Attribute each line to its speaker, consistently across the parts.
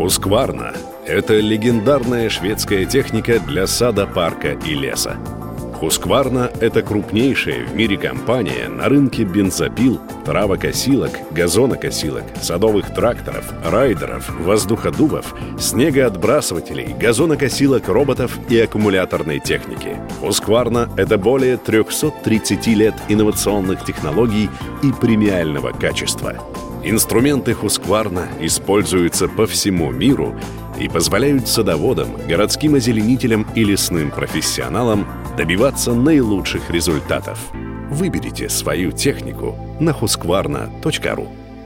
Speaker 1: Husqvarna – это легендарная шведская техника для сада, парка и леса. Husqvarna – это крупнейшая в мире компания на рынке бензопил, травокосилок, газонокосилок, садовых тракторов, райдеров, воздуходувов, снегоотбрасывателей, газонокосилок, роботов и аккумуляторной техники. Husqvarna – это более 330 лет инновационных технологий и премиального качества. Инструменты Husqvarna используются по всему миру и позволяют садоводам, городским озеленителям и лесным профессионалам добиваться наилучших результатов. Выберите свою технику на husqvarna.ru.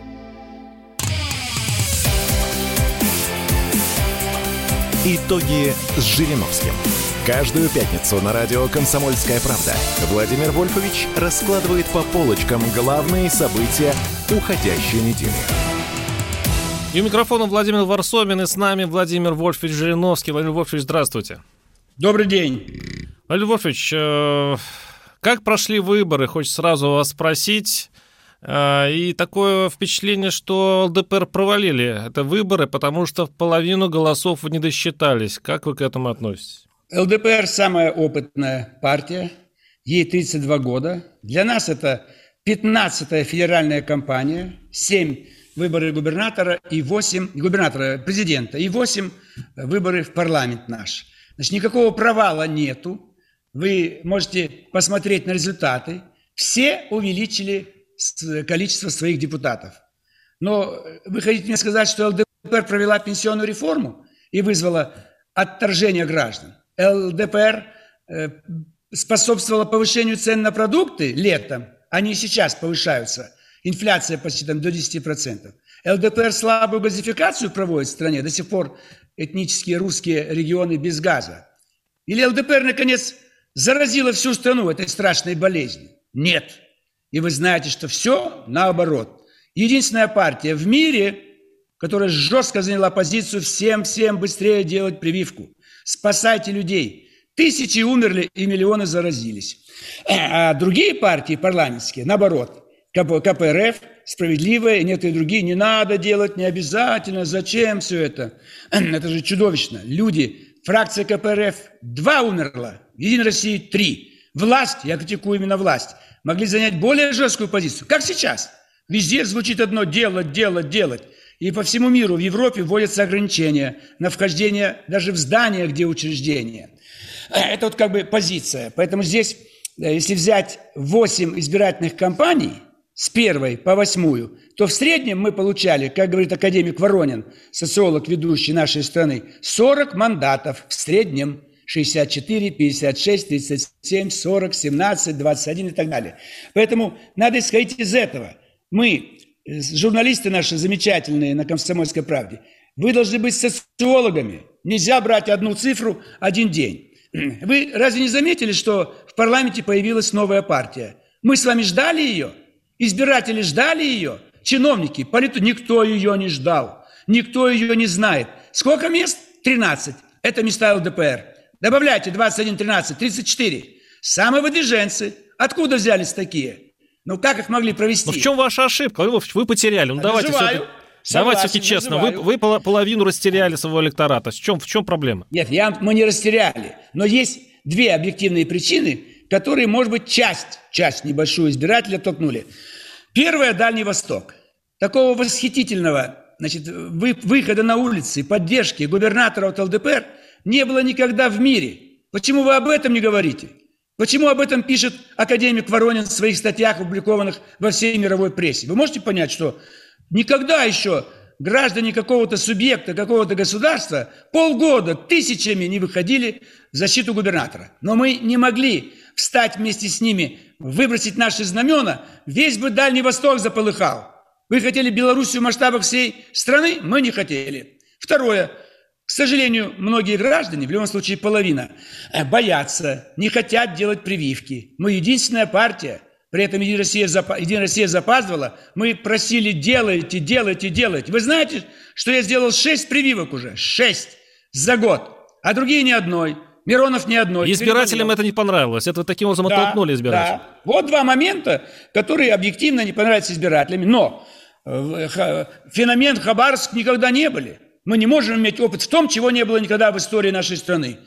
Speaker 2: Итоги с Жириновским. Каждую пятницу на радио «Комсомольская правда» Владимир Вольфович раскладывает по полочкам главные события уходящей недели.
Speaker 3: И у микрофона Владимир Варсобин, и с нами Владимир Вольфович Жириновский. Владимир Вольфович, здравствуйте.
Speaker 4: Добрый день.
Speaker 3: Владимир Вольфович, как прошли выборы? Хочется сразу вас спросить. И такое впечатление, что ЛДПР провалили это выборы, потому что половину голосов не досчитались. Как вы к этому относитесь?
Speaker 4: ЛДПР самая опытная партия, ей 32 года. Для нас это 15-я федеральная кампания, 7 выборы губернатора и 8 губернатора, президента, и 8 выборы в парламент наш. Значит, никакого провала нету. Вы можете посмотреть на результаты. Все увеличили количество своих депутатов. Но вы хотите мне сказать, что ЛДПР провела пенсионную реформу и вызвала отторжение граждан? ЛДПР способствовала повышению цен на продукты летом, они и сейчас повышаются. Инфляция почти там до 10%. ЛДПР слабую газификацию проводит в стране, до сих пор этнические русские регионы без газа. Или ЛДПР, наконец, заразила всю страну этой страшной болезнью? Нет. И вы знаете, что все наоборот. Единственная партия в мире, которая жестко заняла позицию всем быстрее делать прививку. Спасайте людей. Тысячи умерли и миллионы заразились. А другие партии парламентские, наоборот, КПРФ, Справедливая и некоторые другие, не надо делать, не обязательно, зачем все это? Это же чудовищно. Люди, фракция КПРФ 2 умерла, Единой России 3. Власть, я критикую именно власть, могли занять более жесткую позицию, как сейчас. Везде звучит одно: делать. И по всему миру, в Европе вводятся ограничения на вхождение даже в здания, где учреждения. Это вот как бы позиция. Поэтому здесь, если взять 8 избирательных кампаний, с 1 по 8, то в среднем мы получали, как говорит академик Воронин, социолог, ведущий нашей страны, 40 мандатов в среднем. 64, 56, 37, 40, 17, 21 и так далее. Поэтому надо исходить из этого. Мы, журналисты наши замечательные на «Комсомольской правде», вы должны быть социологами. Нельзя брать одну цифру, один день. Вы разве не заметили, что в парламенте появилась новая партия? Мы с вами ждали ее? Избиратели ждали ее? Чиновники, никто ее не ждал. Никто ее не знает. Сколько мест? 13. Это места ЛДПР. Добавляйте 21, 13, 34. Самовыдвиженцы. Откуда взялись такие? Ну, как их могли провести?
Speaker 3: Ну, в чем ваша ошибка? Вы потеряли. Ну, давайте все-таки честно. Вы половину растеряли своего электората. В чем проблема?
Speaker 4: Нет, мы не растеряли. Но есть 2 объективные причины, которые, может быть, часть небольшую избирателя толкнули. Первое – Дальний Восток. Такого восхитительного, выхода на улицы, поддержки губернатора от ЛДПР не было никогда в мире. Почему вы об этом не говорите? Почему об этом пишет академик Воронин в своих статьях, опубликованных во всей мировой прессе? Вы можете понять, что никогда еще граждане какого-то субъекта, какого-то государства полгода тысячами не выходили в защиту губернатора. Но мы не могли встать вместе с ними, выбросить наши знамена, весь бы Дальний Восток заполыхал. Вы хотели Белоруссию в масштабах всей страны? Мы не хотели. Второе. К сожалению, многие граждане, в любом случае половина, боятся, не хотят делать прививки. Мы единственная партия, при этом Единая Россия запаздывала, мы просили: делайте. Вы знаете, что я сделал 6 прививок уже? 6 за год, а другие ни одной. Миронов ни одной.
Speaker 3: Избирателям это не понравилось. Это вы таким образом оттолкнули избирателей.
Speaker 4: Да. Вот 2 момента, которые объективно не понравятся избирателям. Но феномен Хабаровск никогда не были. Мы не можем иметь опыт в том, чего не было никогда в истории нашей страны.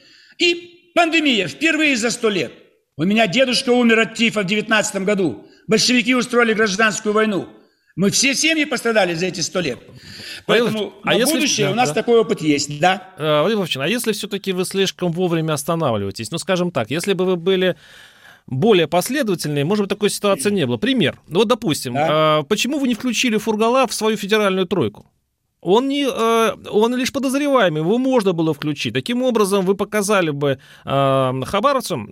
Speaker 4: И пандемия впервые за 100 лет. У меня дедушка умер от тифа в 19 году. Большевики устроили гражданскую войну. Мы все семьи пострадали за эти 100 лет. Поэтому на будущее у нас такой опыт есть, да.
Speaker 3: Владимир Вольфович, а если все-таки вы слишком вовремя останавливаетесь? Ну, скажем так, если бы вы были более последовательные, может быть, такой ситуации не было. Пример. Вот, допустим, почему вы не включили Фургала в свою федеральную тройку? Он лишь подозреваемый, его можно было включить. Таким образом, вы показали бы хабаровцам,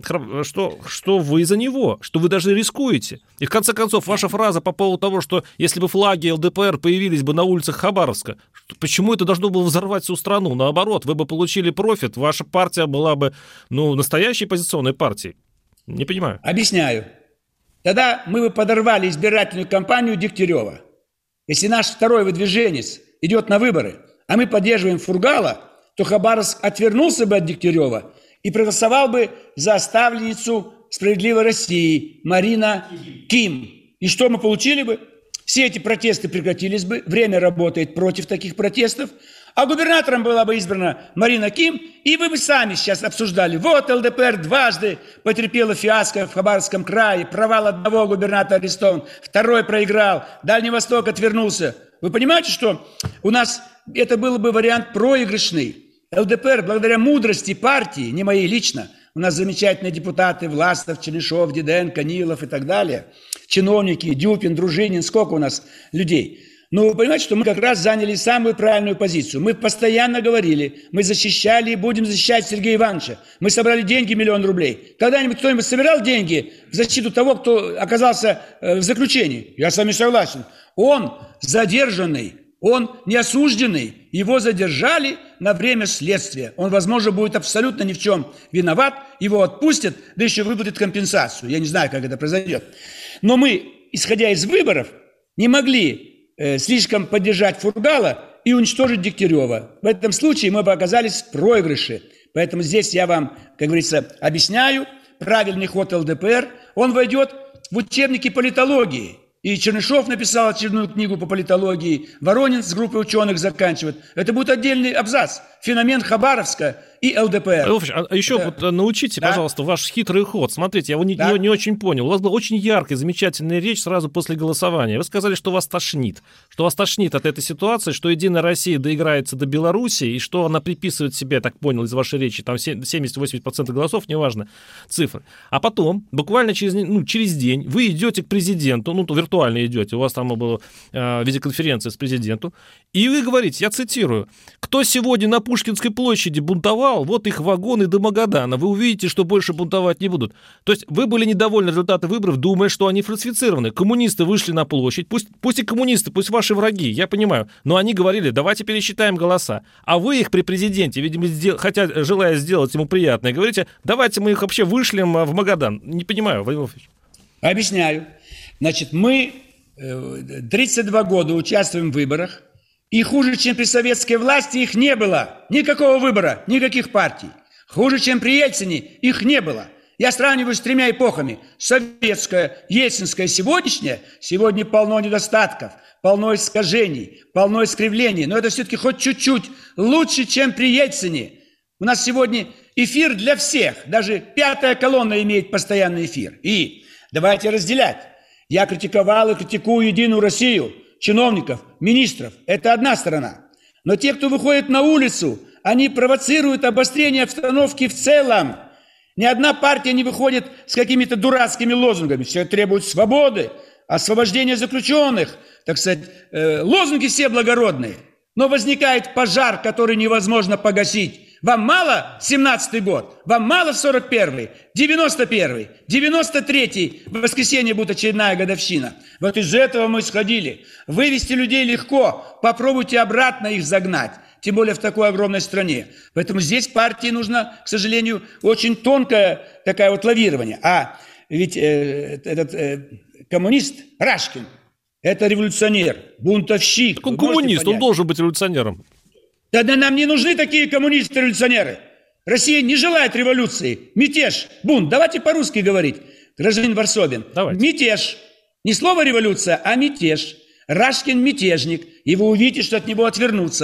Speaker 3: что вы за него, что вы даже рискуете. И в конце концов, ваша фраза по поводу того, что если бы флаги ЛДПР появились бы на улицах Хабаровска, почему это должно было взорвать всю страну? Наоборот, вы бы получили профит, ваша партия была бы настоящей оппозиционной партией. Не понимаю.
Speaker 4: Объясняю. Тогда мы бы подорвали избирательную кампанию Дегтярева. Если наш второй выдвиженец идет на выборы, а мы поддерживаем Фургала, то Хабаровск отвернулся бы от Дегтярева и проголосовал бы за оставленницу «Справедливой России» Марина Ким. И что мы получили бы? Все эти протесты прекратились бы, время работает против таких протестов, а губернатором была бы избрана Марина Ким, и вы бы сами сейчас обсуждали. Вот ЛДПР дважды потерпела фиаско в Хабаровском крае, провал одного губернатора арестован, второй проиграл, Дальний Восток отвернулся. Вы понимаете, что у нас это был бы вариант проигрышный. ЛДПР, благодаря мудрости партии, не моей лично, у нас замечательные депутаты, Власов, Чернышов, Диденко, Нилов и так далее, чиновники, Дюпин, Дружинин, сколько у нас людей. Но вы понимаете, что мы как раз заняли самую правильную позицию. Мы постоянно говорили, мы защищали и будем защищать Сергея Ивановича. Мы собрали деньги, 1 миллион рублей. Когда-нибудь кто-нибудь собирал деньги в защиту того, кто оказался в заключении? Я с вами согласен. Он задержанный, он не осужденный. Его задержали на время следствия. Он, возможно, будет абсолютно ни в чем виноват. Его отпустят, да еще выплатят компенсацию. Я не знаю, как это произойдет. Но мы, исходя из выборов, не могли слишком поддержать Фургала и уничтожить Дегтярева. В этом случае мы бы оказались в проигрыше. Поэтому здесь я вам, как говорится, объясняю правильный ход ЛДПР. Он войдет в учебники политологии. И Чернышов написал очередную книгу по политологии, Воронин с группой ученых заканчивает. Это будет отдельный абзац. Феномен Хабаровска и ЛДПР.
Speaker 3: А еще научите, пожалуйста, ваш хитрый ход. Смотрите, я его не очень понял. У вас была очень яркая, замечательная речь сразу после голосования. Вы сказали, что вас тошнит. Что вас тошнит от этой ситуации, что Единая Россия доиграется до Белоруссии, и что она приписывает себе, так понял из вашей речи, там 70-80% голосов, неважно, цифры. А потом, буквально через день, вы идете к президенту, виртуально идете, у вас там была видеоконференция с президентом, и вы говорите, я цитирую, «Кто сегодня на Пушкинской площади бунтовал, вот их вагоны до Магадана. Вы увидите, что больше бунтовать не будут». То есть вы были недовольны результатами выборов, думая, что они фальсифицированы. Коммунисты вышли на площадь, пусть и коммунисты, пусть ваши враги, я понимаю, но они говорили, давайте пересчитаем голоса. А вы их при президенте, видимо, желая сделать ему приятное, говорите, давайте мы их вообще вышлем в Магадан. Не понимаю, Владимир Вольфович.
Speaker 4: Объясняю. Значит, мы 32 года участвуем в выборах, и хуже, чем при советской власти, их не было. Никакого выбора, никаких партий. Хуже, чем при Ельцине, их не было. Я сравниваю с 3 эпохами. Советская, ельцинская, сегодняшняя. Сегодня полно недостатков, полно искажений, полно искривлений. Но это все-таки хоть чуть-чуть лучше, чем при Ельцине. У нас сегодня эфир для всех. Даже 5-я колонна имеет постоянный эфир. И давайте разделять. Я критиковал и критикую Единую Россию, чиновников, министров. Это одна сторона. Но те, кто выходит на улицу, они провоцируют обострение обстановки в целом. Ни одна партия не выходит с какими-то дурацкими лозунгами. Все требует свободы, освобождения заключенных. Так сказать, лозунги все благородные. Но возникает пожар, который невозможно погасить. Вам мало 17-й год? Вам мало 41-й? 91-й? 93-й? В воскресенье будет очередная годовщина. Вот из этого мы сходили. Вывести людей легко. Попробуйте обратно их загнать. Тем более в такой огромной стране. Поэтому здесь партии нужно, к сожалению, очень тонкое такое вот лавирование. А ведь этот коммунист Рашкин, это революционер, бунтовщик.
Speaker 3: Он коммунист, он должен быть революционером.
Speaker 4: Да нам не нужны такие коммунисты-революционеры. Россия не желает революции. Мятеж, бунт. Давайте по-русски говорить. Гражданин Варсобин.
Speaker 3: Давайте.
Speaker 4: Мятеж. Не слово революция, а мятеж. Рашкин мятежник. И вы увидите, что от него отвернутся.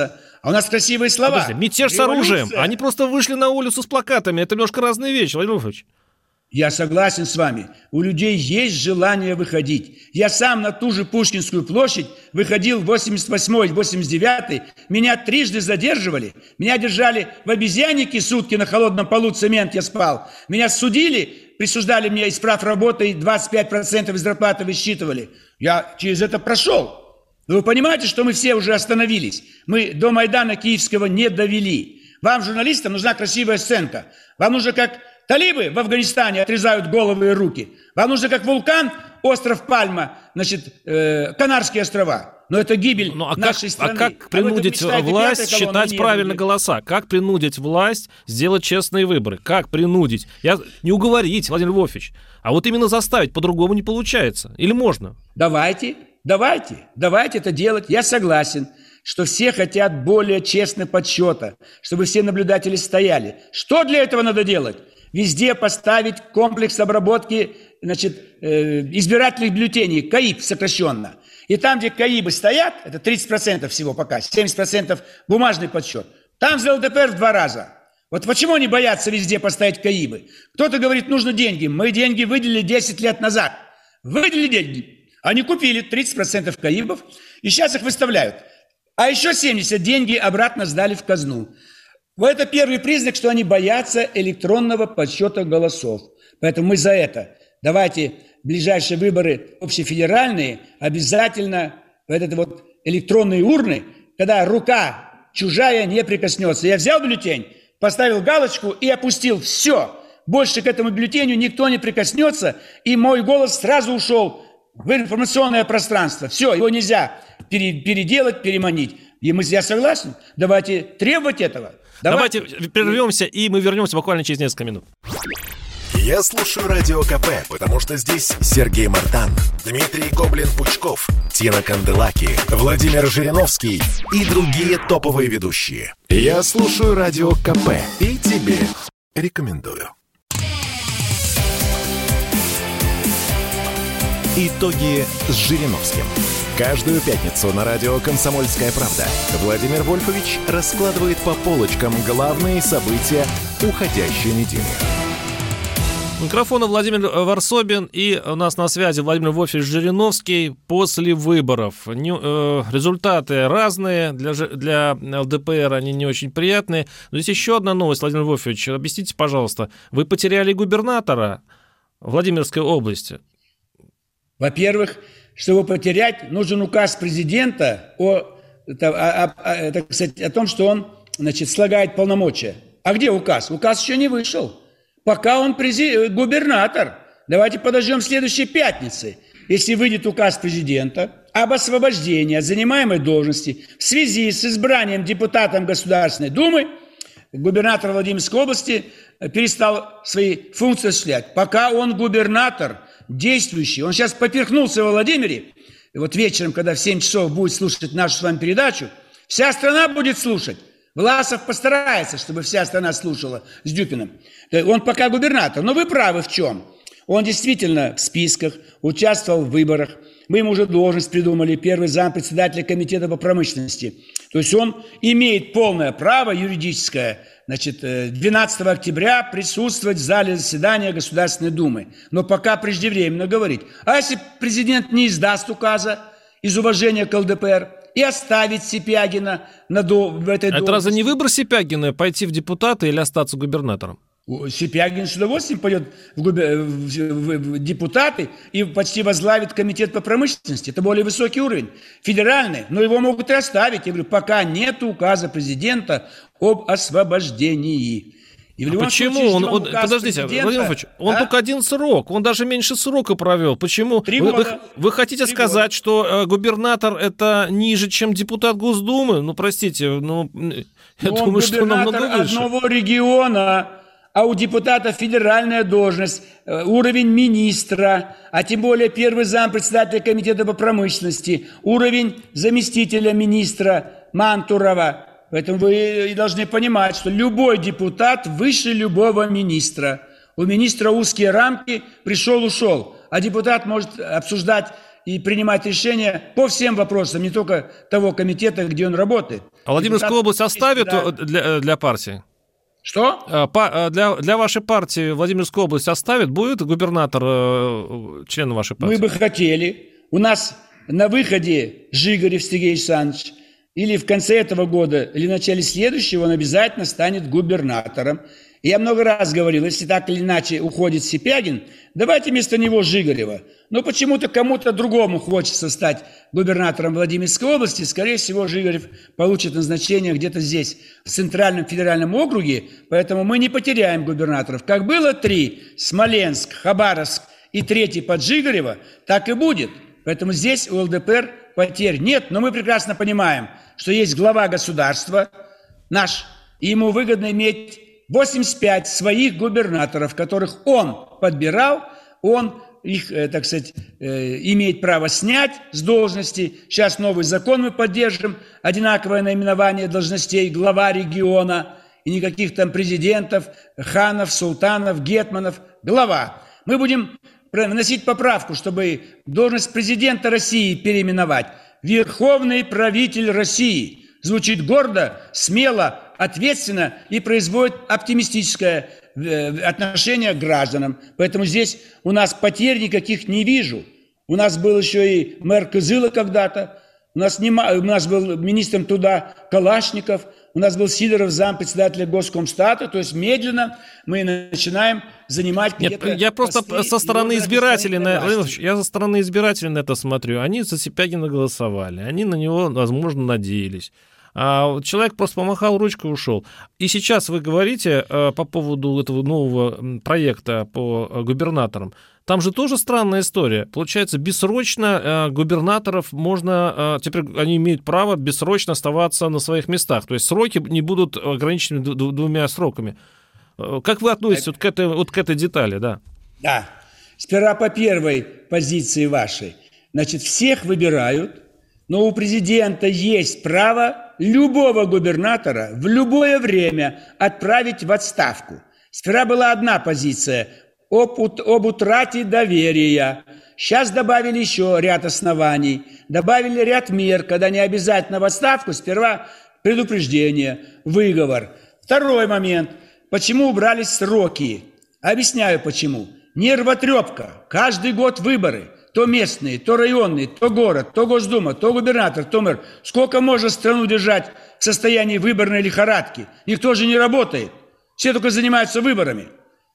Speaker 4: А у нас красивые слова.
Speaker 3: Подожди, мятеж с оружием. Они просто вышли на улицу с плакатами. Это немножко разные вещи, Владимир Вольфович.
Speaker 4: Я согласен с вами. У людей есть желание выходить. Я сам на ту же Пушкинскую площадь выходил в 88-й, 89-й. Меня трижды задерживали. Меня держали в обезьяннике сутки на холодном полу, цемент я спал. Меня судили, присуждали мне из прав работы, 25% из зарплаты высчитывали. Я через это прошел. Но вы понимаете, что мы все уже остановились. Мы до Майдана Киевского не довели. Вам, журналистам, нужна красивая сценка. Вам нужно как... Талибы в Афганистане отрезают головы и руки. Вам нужно как вулкан, остров Пальма, Канарские острова. Но это гибель нашей страны.
Speaker 3: А как принудить власть считать правильно голоса? Как принудить власть сделать честные выборы? Как принудить? Не уговорить, Владимир Вольфович, а вот именно заставить, по-другому не получается. Или можно? Давайте
Speaker 4: это делать. Я согласен, что все хотят более честного подсчета, чтобы все наблюдатели стояли. Что для этого надо делать? Везде поставить комплекс обработки избирательных бюллетеней, КАИБ сокращенно. И там, где КАИБы стоят, это 30% всего пока, 70% бумажный подсчет, там за ЛДПР в 2 раза. Вот почему они боятся везде поставить КАИБы? Кто-то говорит, нужно деньги. Мы деньги выделили 10 лет назад. Выделили деньги. Они купили 30% КАИБов, и сейчас их выставляют. А еще 70 деньги обратно сдали в казну. Вот это первый признак, что они боятся электронного подсчета голосов. Поэтому мы за это. Давайте ближайшие выборы общефедеральные обязательно электронные урны, когда рука чужая не прикоснется. Я взял бюллетень, поставил галочку и опустил. Все. Больше к этому бюллетеню никто не прикоснется, и мой голос сразу ушел в информационное пространство. Все, его нельзя переделать, переманить. Я согласен. Давайте требовать этого.
Speaker 3: Давайте прервемся, и мы вернемся буквально через несколько минут.
Speaker 2: Я слушаю Радио КП, потому что здесь Сергей Мартан, Дмитрий Гоблин-Пучков, Тина Канделаки, Владимир Жириновский и другие топовые ведущие. Я слушаю Радио КП и тебе рекомендую. Итоги с Жириновским. Каждую пятницу на радио «Комсомольская правда» Владимир Вольфович раскладывает по полочкам главные события уходящей недели.
Speaker 3: У микрофона Владимир Варсобин, и у нас на связи Владимир Вольфович Жириновский после выборов. Результаты разные, для ЛДПР они не очень приятные. Но здесь еще одна новость, Владимир Вольфович. Объясните, пожалуйста, вы потеряли губернатора Владимирской области.
Speaker 4: Во-первых, чтобы потерять, нужен указ президента о том, что он, слагает полномочия. А где указ? Указ еще не вышел. Пока он губернатор. Давайте подождем следующей пятницы. Если выйдет указ президента об освобождении от занимаемой должности в связи с избранием депутатом Государственной Думы, губернатор Владимирской области перестал свои функции осуществлять. Пока он губернатор действующий, он сейчас поперхнулся во Владимире, и вот вечером, когда в 7 часов будет слушать нашу с вами передачу, вся страна будет слушать. Власов постарается, чтобы вся страна слушала с Дюпиным. Он пока губернатор, но вы правы в чем? Он действительно в списках, участвовал в выборах. Мы ему уже должность придумали, первый зампредседателя комитета по промышленности. То есть он имеет полное право юридическое, 12 октября присутствовать в зале заседания Государственной Думы. Но пока преждевременно говорить. А если президент не издаст указа из уважения к ЛДПР и оставить Сипягина в этой должности?
Speaker 3: Это разве не выбор Сипягина пойти в депутаты или остаться губернатором?
Speaker 4: Сипягин с удовольствием пойдет в депутаты и почти возглавит комитет по промышленности. Это более высокий уровень, федеральный, но его могут и оставить. Я говорю, пока нет указа президента об освобождении.
Speaker 3: И почему? Подождите, Владимир Владимирович, он только один срок, он даже меньше срока провел. Почему?
Speaker 4: 3 года.
Speaker 3: Вы хотите сказать, что губернатор это ниже, чем депутат Госдумы? Ну, простите, я думаю, что намного выше.
Speaker 4: Одного региона. А у депутата федеральная должность, уровень министра, а тем более первый зампредседателя комитета по промышленности, уровень заместителя министра Мантурова. Поэтому вы должны понимать, что любой депутат выше любого министра. У министра узкие рамки, пришел-ушел. А депутат может обсуждать и принимать решения по всем вопросам, не только того комитета, где он работает.
Speaker 3: А Владимирскую область оставят для партии?
Speaker 4: Что?
Speaker 3: Для вашей партии Владимирскую область оставят? Будет губернатор член вашей партии?
Speaker 4: Мы бы хотели. У нас на выходе Жигарев Сергей Александрович или в конце этого года, или в начале следующего он обязательно станет губернатором. И я много раз говорил, если так или иначе уходит Сипягин, давайте вместо него Жигарева. Но почему-то кому-то другому хочется стать губернатором Владимирской области. Скорее всего, Жигарев получит назначение где-то здесь, в Центральном федеральном округе. Поэтому мы не потеряем губернаторов. Как было 3, Смоленск, Хабаровск и 3 под Жигарева, так и будет. Поэтому здесь у ЛДПР потерь нет. Но мы прекрасно понимаем, что есть глава государства наш, и ему выгодно иметь 85 своих губернаторов, которых он подбирал, он их, так сказать, имеет право снять с должности. Сейчас новый закон мы поддержим, одинаковое наименование должностей глава региона, и никаких там президентов, ханов, султанов, гетманов, глава. Мы будем вносить поправку, чтобы должность президента России переименовать. Верховный правитель России. Звучит гордо, смело, ответственно и производит оптимистическое отношение к гражданам. Поэтому здесь у нас потерь никаких не вижу. У нас был еще и мэр Кызыла когда-то, у нас был министром труда Калашников, у нас был Сидоров, зампредседателя Госкомстата. То есть медленно мы начинаем занимать где-то...
Speaker 3: Нет, я просто со стороны избирателей, я со стороны избирателей на это смотрю. Они за Сипягина голосовали, они на него, возможно, надеялись. А человек просто помахал ручкой и ушел. И сейчас вы говорите по поводу этого нового проекта по губернаторам. Там же тоже странная история. Получается, бессрочно губернаторов можно... Теперь они имеют право бессрочно оставаться на своих местах. То есть сроки не будут ограничены 2 сроками. Как вы относитесь вот к этой детали? Да.
Speaker 4: Да. Сперва по первой позиции вашей. Значит, всех выбирают, но у президента есть право любого губернатора в любое время отправить в отставку. Сперва была одна позиция об утрате доверия. Сейчас добавили еще ряд оснований, добавили ряд мер, когда не обязательно в отставку, сперва предупреждение, выговор. Второй момент. Почему убрали сроки? Объясняю почему. Нервотрепка. Каждый год выборы. То местные, то районные, то город, то Госдума, то губернатор, то мэр. Сколько можно страну держать в состоянии выборной лихорадки? Никто же не работает. Все только занимаются выборами.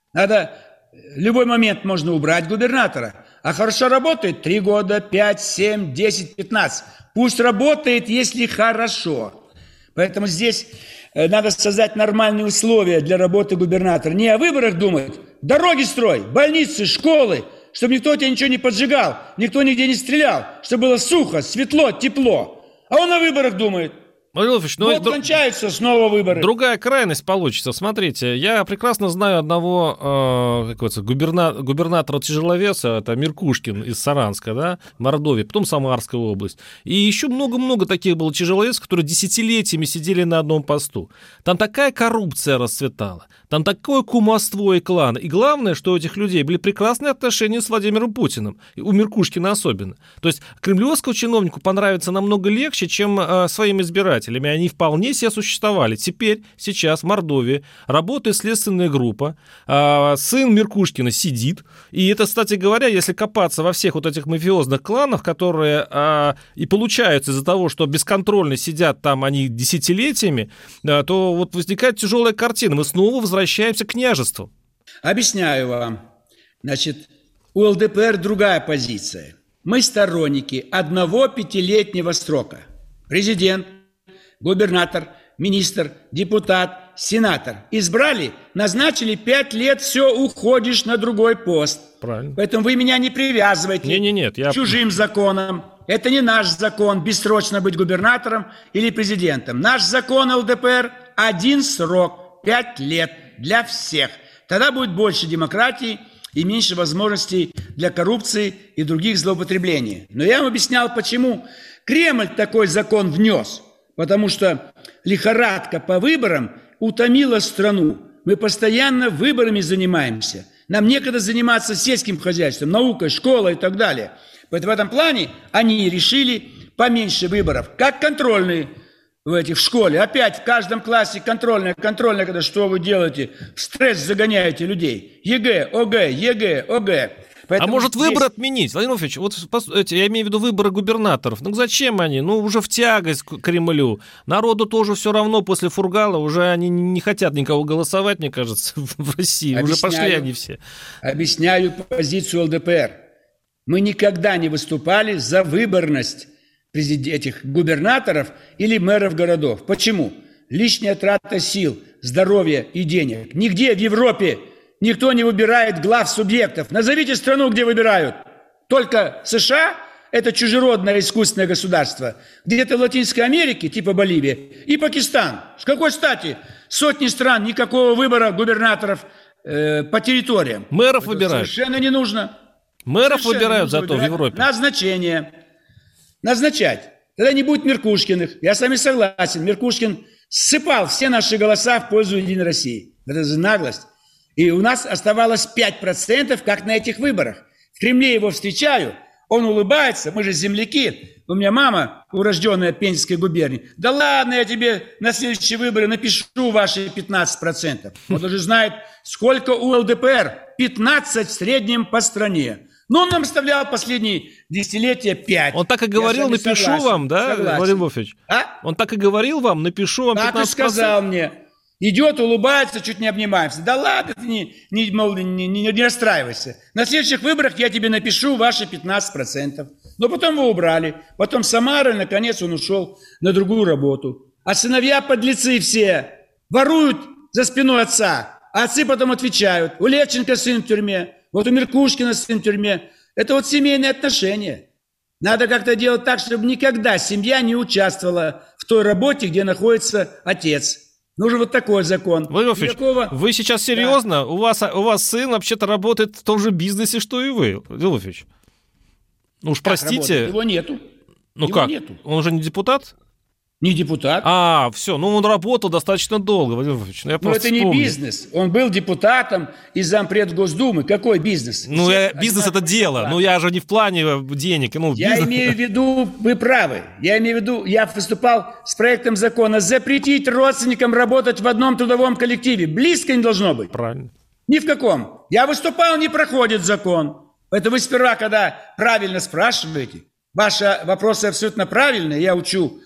Speaker 4: Любой момент можно убрать губернатора. А хорошо работает 3 года, 5, 7, 10, 15. Пусть работает, если хорошо. Поэтому здесь надо создать нормальные условия для работы губернатора. Не о выборах думать. Дороги строй, больницы, школы. Чтобы никто тебя ничего не поджигал, никто нигде не стрелял, чтобы было сухо, светло, тепло. А он о выборах думает. Вот кончаются снова выборы.
Speaker 3: Другая крайность получится. Смотрите, я прекрасно знаю одного губернатора тяжеловеса, это Меркушкин из Саранска, да, Мордовия, потом Самарская область. И еще много-много таких было тяжеловесов, которые десятилетиями сидели на одном посту. Там такая коррупция расцветала, там такое кумовство и клан. И главное, что у этих людей были прекрасные отношения с Владимиром Путиным, у Меркушкина особенно. То есть кремлевскому чиновнику понравится намного легче, чем своим избирателям. Они вполне себе существовали. Сейчас в Мордовии работает следственная группа, сын Меркушкина сидит, и это, кстати говоря, если копаться во всех вот этих мафиозных кланах, которые и получаются из-за того, что бесконтрольно сидят там они десятилетиями, то вот возникает тяжелая картина. Мы снова возвращаемся к княжеству.
Speaker 4: Объясняю вам. Значит, у ЛДПР другая позиция. Мы сторонники 1 5-летнего срока. Президент, губернатор, министр, депутат, сенатор. Избрали, назначили 5 лет, все, уходишь на другой пост.
Speaker 3: Правильно.
Speaker 4: Поэтому вы меня не привязывайте к чужим законам. Это не наш закон, бессрочно быть губернатором или президентом. Наш закон ЛДПР – 1 срок, 5 лет для всех. Тогда будет больше демократии и меньше возможностей для коррупции и других злоупотреблений. Но я вам объяснял, почему Кремль такой закон внес. Потому что лихорадка по выборам утомила страну. Мы постоянно выборами занимаемся. Нам некогда заниматься сельским хозяйством, наукой, школой и так далее. Поэтому в этом плане они решили поменьше выборов. Как контрольные в школе. Опять в каждом классе контрольная, когда что вы делаете? В стресс загоняете людей. ЕГЭ, ОГЭ, ЕГЭ, ОГЭ. Поэтому
Speaker 3: может, выборы отменить? Владимир Вольфович, вот я имею в виду выборы губернаторов. Ну, зачем они? Ну, уже в тягость к Кремлю. Народу тоже все равно после Фургала уже они не хотят никого голосовать, мне кажется, в России. Уже пошли они все.
Speaker 4: Объясняю позицию ЛДПР. Мы никогда не выступали за выборность этих губернаторов или мэров городов. Почему? Лишняя трата сил, здоровья и денег. Нигде в Европе никто не выбирает глав субъектов. Назовите страну, где выбирают. Только США – это чужеродное искусственное государство. Где-то в Латинской Америке, типа Боливия, и Пакистан. С какой стати? Сотни стран, никакого выбора губернаторов по территориям.
Speaker 3: Мэров
Speaker 4: это
Speaker 3: выбирают.
Speaker 4: Совершенно не нужно.
Speaker 3: Мэров выбирают зато в Европе.
Speaker 4: Назначать. Тогда не будет Меркушкиных. Я с вами согласен. Меркушкин ссыпал все наши голоса в пользу Единой России. Это же наглость. И у нас оставалось 5%, как на этих выборах. В Кремле его встречаю, он улыбается, мы же земляки. У меня мама, урожденная Пензенской губернии. Да ладно, я тебе на следующие выборы напишу ваши 15%. Он уже знает, сколько у ЛДПР. 15 в среднем по стране. Но он нам вставлял последние десятилетия 5.
Speaker 3: Он так и говорил, напишу согласен, вам, да, Владимир Вольфович? Он так и говорил вам, напишу вам 15%.
Speaker 4: Так и сказал мне. Идет, улыбается, чуть не обнимаемся. Да ладно, ты не расстраивайся. На следующих выборах я тебе напишу ваши 15%. Но потом его убрали. Потом Самара, наконец, он ушел на другую работу. А сыновья подлецы все. Воруют за спиной отца. А отцы потом отвечают. У Левченко сын в тюрьме. Вот у Меркушкина сын в тюрьме. Это вот семейные отношения. Надо как-то делать так, чтобы никогда семья не участвовала в той работе, где находится отец. Нужен вот такой закон.
Speaker 3: Владимир Вольфович, вы сейчас серьезно? Да. У вас сын вообще-то работает в том же бизнесе, что и вы, Владимир Вольфович. Ну уж простите.
Speaker 4: Работает? Его нету.
Speaker 3: Ну его как? Нету. Он уже не депутат?
Speaker 4: Не депутат.
Speaker 3: Все, ну он работал достаточно долго, Владимир Вольфович.
Speaker 4: Но это не бизнес. Он был депутатом и зампред Госдумы. Какой бизнес?
Speaker 3: Ну, бизнес это дело. Депутат. Ну, я же не в плане денег.
Speaker 4: Я имею в виду, вы правы. Я выступал с проектом закона запретить родственникам работать в одном трудовом коллективе. Близко не должно быть.
Speaker 3: Правильно.
Speaker 4: Ни в каком. Я выступал, не проходит закон. Поэтому вы сперва, когда правильно спрашиваете, ваши вопросы абсолютно правильные, я учу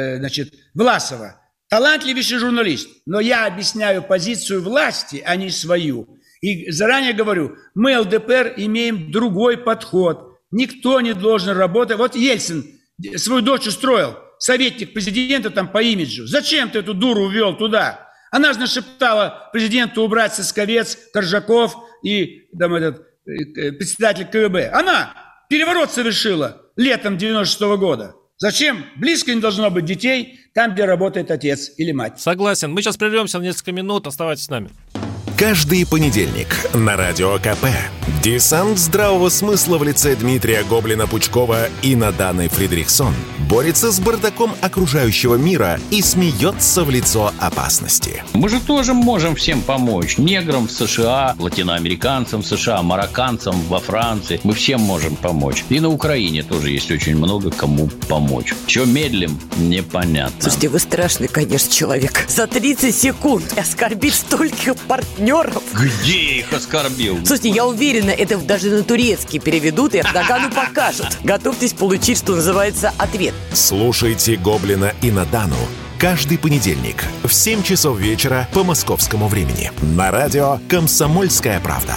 Speaker 4: Власова, талантливейший журналист, но я объясняю позицию власти, а не свою. И заранее говорю, мы, ЛДПР, имеем другой подход. Никто не должен работать. Вот Ельцин свою дочь устроил, советник президента там по имиджу. Зачем ты эту дуру ввел туда? Она же нашептала президенту убрать Сосковец, Коржаков и председатель КГБ. Она переворот совершила летом 96-го года. Зачем? Близко не должно быть детей там, где работает отец или мать.
Speaker 3: Согласен. Мы сейчас прервемся на несколько минут. Оставайтесь с нами.
Speaker 2: Каждый понедельник на Радио КП десант здравого смысла в лице Дмитрия Гоблина-Пучкова и Наданы Фридрихсон борется с бардаком окружающего мира и смеется в лицо опасности.
Speaker 5: Мы же тоже можем всем помочь. Неграм в США, латиноамериканцам в США, марокканцам во Франции. Мы всем можем помочь. И на Украине тоже есть очень много кому помочь. Чего медлим, непонятно.
Speaker 6: Слушайте, вы страшный, конечно, человек. За 30 секунд оскорбить стольких партнеров.
Speaker 5: Где я их оскорбил?
Speaker 6: Слушайте, я уверена, это даже на турецкий переведут и Эрдогану покажут. Готовьтесь получить, что называется, ответ.
Speaker 2: Слушайте Гоблина и Надану каждый понедельник в 7 часов вечера по московскому времени на радио «Комсомольская правда».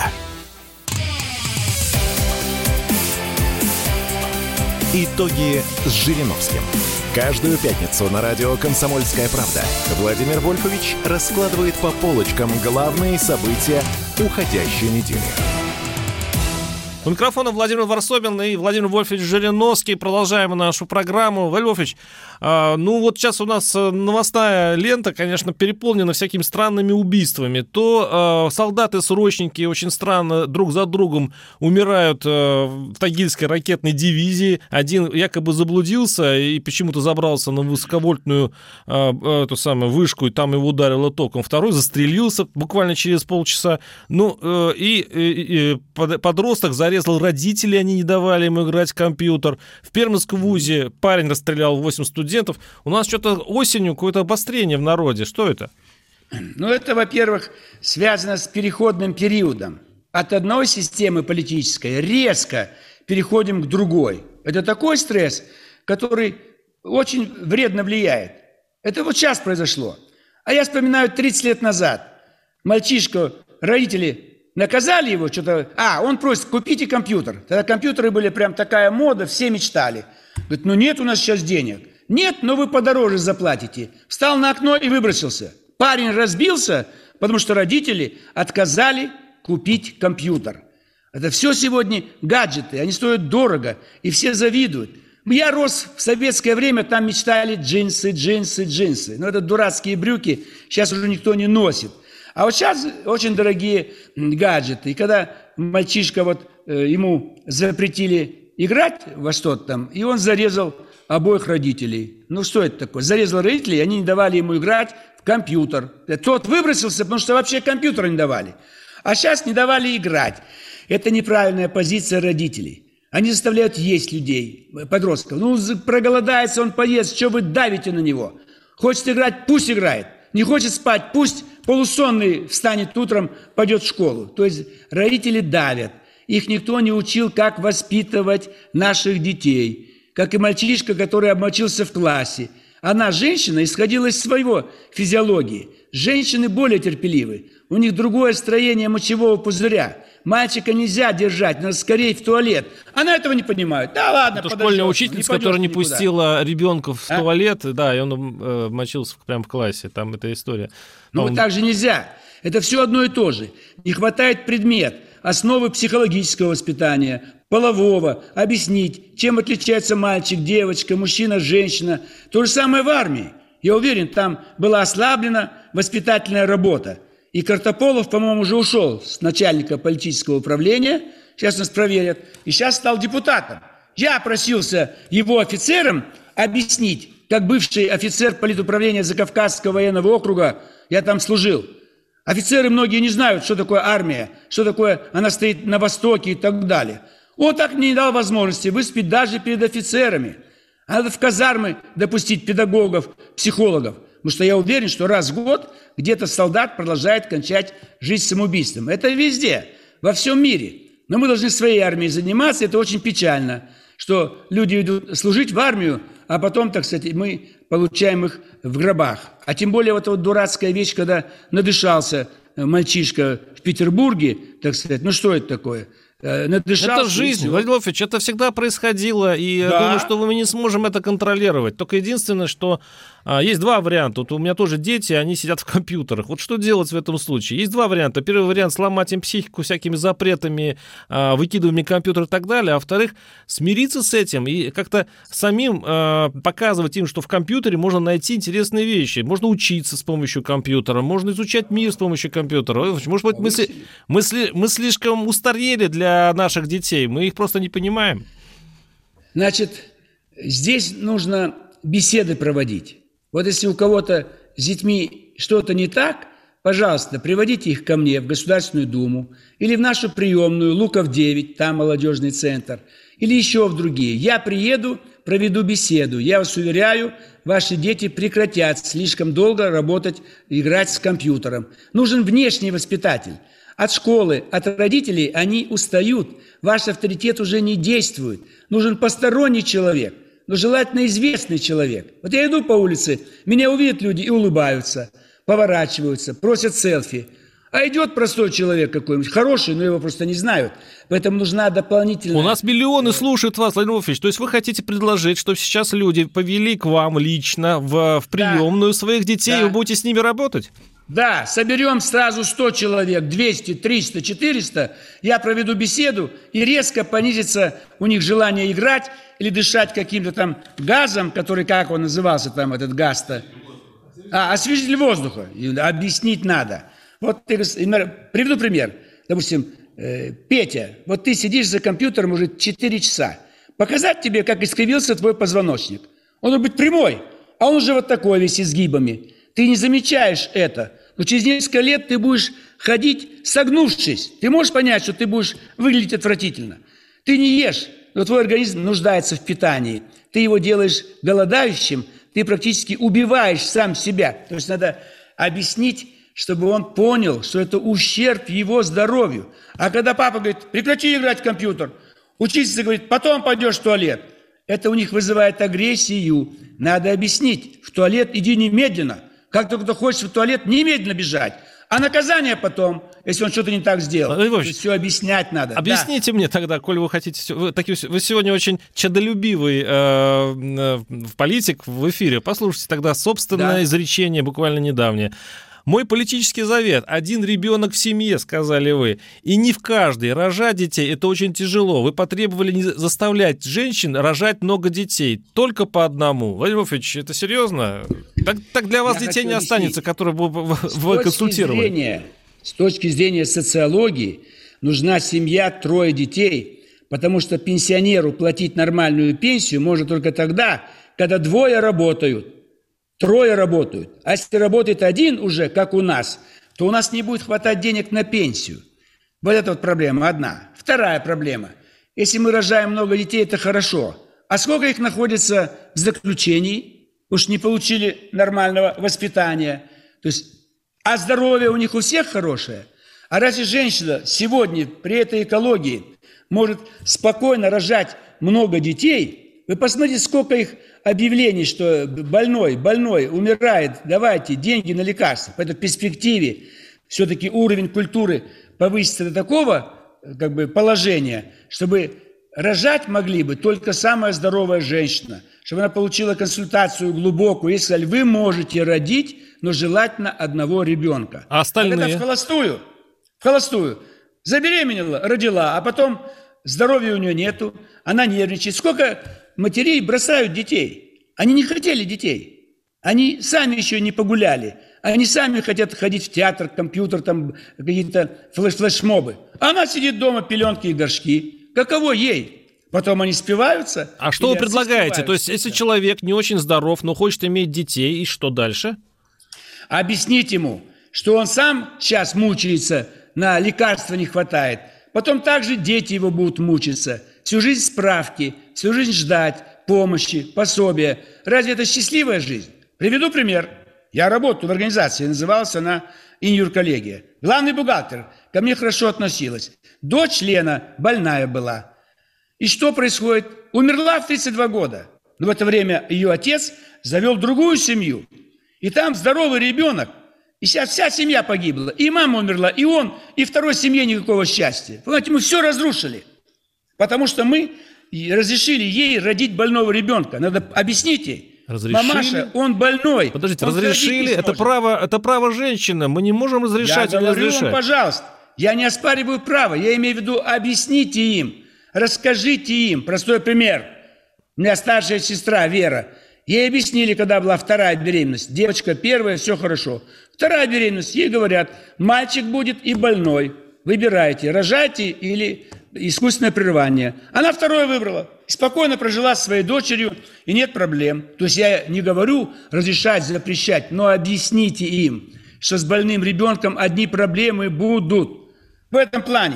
Speaker 2: Итоги с Жириновским. Каждую пятницу на радио «Комсомольская правда» Владимир Вольфович раскладывает по полочкам главные события уходящей недели.
Speaker 3: У микрофона Владимир Варсобин и Владимир Вольфович Жириновский. Продолжаем нашу программу. Владимир Вольфович, Вот сейчас у нас новостная лента, конечно, переполнена всякими странными убийствами. То солдаты-срочники очень странно друг за другом умирают в Тагильской ракетной дивизии. Один якобы заблудился и почему-то забрался на высоковольтную эту самую вышку, и там его ударило током. Второй застрелился буквально через полчаса. Подросток зарезал родителей, они не давали ему играть в компьютер. В Пермском вузе парень расстрелял 8 студентов. У нас что-то осенью какое-то обострение в народе. Что это?
Speaker 4: Это, во-первых, связано с переходным периодом. От одной системы политической резко переходим к другой. Это такой стресс, который очень вредно влияет. Это вот сейчас произошло. А я вспоминаю 30 лет назад. Мальчишка, родители наказали его, что-то... он просит, купите компьютер. Тогда компьютеры были прям такая мода, все мечтали. Говорит, нет у нас сейчас денег. Нет, но вы подороже заплатите. Встал на окно и выбросился. Парень разбился, потому что родители отказали купить компьютер. Это все сегодня гаджеты, они стоят дорого, и все завидуют. Я рос в советское время, там мечтали джинсы. Это дурацкие брюки, сейчас уже никто не носит. А вот сейчас очень дорогие гаджеты. И когда мальчишка, ему запретили играть во что-то там, и он зарезал обоих родителей. Что это такое? Зарезал родителей, они не давали ему играть в компьютер. Тот выбросился, потому что вообще компьютера не давали. А сейчас не давали играть. Это неправильная позиция родителей. Они заставляют есть людей, подростков. Проголодается, он поест, что вы давите на него? Хочет играть, пусть играет. Не хочет спать, пусть полусонный встанет утром, пойдет в школу. То есть родители давят. Их никто не учил, как воспитывать наших детей. Как и мальчишка, который обмочился в классе. Она, женщина, исходила из своего физиологии. Женщины более терпеливы. У них другое строение мочевого пузыря. Мальчика нельзя держать, надо скорее в туалет. Она этого не понимает. Да ладно,
Speaker 3: это школьная учительница, которая не пустила ребенка в туалет, да, и он мочился прямо в классе. Там эта история.
Speaker 4: Так же нельзя. Это все одно и то же. Не хватает предмет, основы психологического воспитания, полового, объяснить, чем отличается мальчик, девочка, мужчина, женщина. То же самое в армии. Я уверен, там была ослаблена воспитательная работа. И Картополов, по-моему, уже ушел с начальника политического управления. Сейчас нас проверят. И сейчас стал депутатом. Я просился его офицерам объяснить, как бывший офицер политуправления Закавказского военного округа, я там служил. Офицеры многие не знают, что такое армия, что такое она стоит на востоке и так далее. Он так мне не дал возможности выступить даже перед офицерами. А надо в казармы допустить педагогов, психологов. Потому что я уверен, что раз в год где-то солдат продолжает кончать жизнь самоубийством. Это везде, во всем мире. Но мы должны своей армией заниматься. Это очень печально, что люди идут служить в армию, а потом, так сказать, мы получаем их в гробах. А тем более вот эта дурацкая вещь, когда надышался мальчишка в Петербурге, так сказать, что это такое?
Speaker 3: Это жизнь, Владимир Владимирович, это всегда происходило, и я думаю, что мы не сможем это контролировать. Только единственное, что есть два варианта. Вот у меня тоже дети, они сидят в компьютерах. Вот что делать в этом случае? Есть два варианта. Первый вариант — сломать им психику всякими запретами, выкидыванием компьютера и так далее. А во-вторых, смириться с этим и как-то самим показывать им, что в компьютере можно найти интересные вещи. Можно учиться с помощью компьютера, можно изучать мир с помощью компьютера. Может быть, мы слишком устарели для наших детей, мы их просто не понимаем.
Speaker 4: Значит, здесь нужно беседы проводить. Вот если у кого-то с детьми что-то не так, пожалуйста, приводите их ко мне в Государственную Думу или в нашу приемную Луков 9, там молодежный центр, или еще в другие. Я приеду, проведу беседу. Я вас уверяю, ваши дети прекратят слишком долго работать, играть с компьютером. Нужен внешний воспитатель. От школы, от родителей они устают. Ваш авторитет уже не действует. Нужен посторонний человек, но желательно известный человек. Вот я иду по улице, меня увидят люди и улыбаются, поворачиваются, просят селфи. А идет простой человек какой-нибудь, хороший, но его просто не знают. Поэтому нужна дополнительная...
Speaker 3: У нас миллионы слушают вас, Владимир Владимирович. То есть вы хотите предложить, что сейчас люди повели к вам лично в приемную своих детей, и вы будете с ними работать?
Speaker 4: Да, соберем сразу 100 человек, 200, 300, 400, я проведу беседу, и резко понизится у них желание играть или дышать каким-то там газом, который, как он назывался там, этот газ-то? Освежитель воздуха. Объяснить надо. Вот приведу пример. Допустим, Петя, вот ты сидишь за компьютером уже 4 часа. Показать тебе, как искривился твой позвоночник. Он может быть прямой, а он уже вот такой весь изгибами. Ты не замечаешь это. Но через несколько лет ты будешь ходить согнувшись. Ты можешь понять, что ты будешь выглядеть отвратительно. Ты не ешь, но твой организм нуждается в питании. Ты его делаешь голодающим, ты практически убиваешь сам себя. То есть надо объяснить, чтобы он понял, что это ущерб его здоровью. А когда папа говорит, прекрати играть в компьютер, учительница говорит, потом пойдешь в туалет. Это у них вызывает агрессию. Надо объяснить, в туалет иди немедленно. Как только ты хочешь в туалет, немедленно бежать. А наказание потом, если он что-то не так сделал. Все объяснять надо.
Speaker 3: Объясните мне тогда, коль вы хотите... Вы сегодня очень чадолюбивый политик в эфире. Послушайте тогда собственное изречение, буквально недавнее. «Мой политический завет – 1 ребенок в семье», сказали вы. И не в каждой. Рожать детей – это очень тяжело. Вы потребовали не заставлять женщин рожать много детей, только по одному. Владимир Вольфович, это серьезно? Так для вас детей не останется, которые вы консультировали.
Speaker 4: С точки зрения социологии нужна семья 3 детей, потому что пенсионеру платить нормальную пенсию можно только тогда, когда 2 работают. 3 работают. А если работает 1 уже, как у нас, то у нас не будет хватать денег на пенсию. Вот это вот проблема одна. Вторая проблема. Если мы рожаем много детей, это хорошо. А сколько их находится в заключении? Уж не получили нормального воспитания. То есть, а здоровье у них у всех хорошее. А разве женщина сегодня при этой экологии может спокойно рожать много детей? Вы посмотрите, сколько их объявлений, что больной, умирает, давайте деньги на лекарства. Поэтому в перспективе все-таки уровень культуры повысится до такого положения, чтобы рожать могли бы только самая здоровая женщина, чтобы она получила консультацию глубокую и сказали, вы можете родить, но желательно 1 ребенка.
Speaker 3: А остальные?
Speaker 4: А когда в холостую, забеременела, родила, а потом здоровья у нее нету, она нервничает. Сколько матерей бросают детей? Они не хотели детей. Они сами еще не погуляли. Они сами хотят ходить в театр, компьютер, там какие-то флешмобы. А она сидит дома, пеленки и горшки. Каково ей? Потом они спиваются.
Speaker 3: А что вы предлагаете? То есть, если человек не очень здоров, но хочет иметь детей, и что дальше?
Speaker 4: Объяснить ему, что он сам сейчас мучается, на лекарства не хватает. Потом также дети его будут мучиться. Всю жизнь справки, всю жизнь ждать помощи, пособия. Разве это счастливая жизнь? Приведу пример. Я работаю в организации, называлась она «Инюрколлегия». Главный бухгалтер ко мне хорошо относилась. Дочь Лена больная была. И что происходит? Умерла в 32 года. Но в это время ее отец завел другую семью. И там здоровый ребенок. И сейчас вся семья погибла. И мама умерла, и он, и второй семье никакого счастья. Понимаете, мы все разрушили. Потому что мы разрешили ей родить больного ребенка. Надо объяснить ей.
Speaker 3: Разрешили?
Speaker 4: Мамаша, он больной.
Speaker 3: Подождите, разрешили? Это право женщины. Мы не можем разрешать.
Speaker 4: Я говорю вам, пожалуйста, я не оспариваю право. Я имею в виду, объясните им, расскажите им. Простой пример. У меня старшая сестра Вера. Ей объяснили, когда была 2-я беременность. Девочка 1-я, все хорошо. 2-я беременность, ей говорят, мальчик будет и больной. Выбирайте, рожайте или искусственное прерывание. Она 2-ю выбрала. Спокойно прожила со своей дочерью, и нет проблем. То есть я не говорю разрешать, запрещать, но объясните им, что с больным ребенком одни проблемы будут. В этом плане.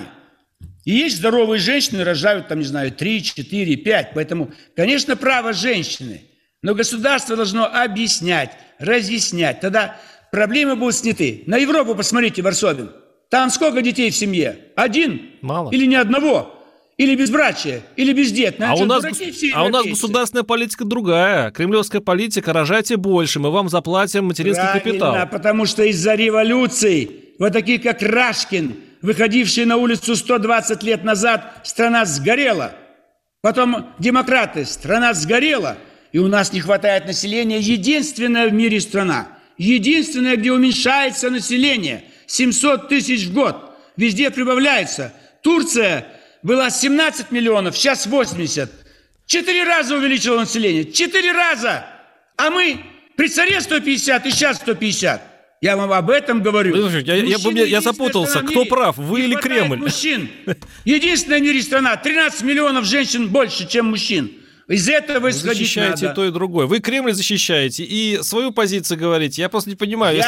Speaker 4: И есть здоровые женщины, рожают, 3, 4, 5. Поэтому, конечно, право женщины. Но государство должно объяснять, разъяснять. Тогда проблемы будут сняты. На Европу посмотрите, Варсобин. Там сколько детей в семье? 1?
Speaker 3: Мало.
Speaker 4: Или ни одного? Или безбрачие? Или бездетное?
Speaker 3: А у нас государственная политика другая. Кремлевская политика. Рожайте больше, мы вам заплатим материнский капитал.
Speaker 4: Правильно, потому что из-за революций, вот такие как Рашкин, выходившие на улицу 120 лет назад, страна сгорела. Потом демократы, страна сгорела. И у нас не хватает населения. Единственная в мире страна, Единственное, где уменьшается население. 700 тысяч в год. Везде прибавляется. Турция была 17 миллионов, сейчас 80. 4 раза увеличило население. 4 раза! А мы при царе 150 и сейчас 150. Я вам об этом говорю.
Speaker 3: Я запутался. Кто прав, вы или Кремль?
Speaker 4: Мужчин. Единственная в мире страна. 13 миллионов женщин больше, чем мужчин. Из этого исходить надо. Вы
Speaker 3: защищаете то и другое. Вы Кремль защищаете и свою позицию говорите. Я просто не понимаю.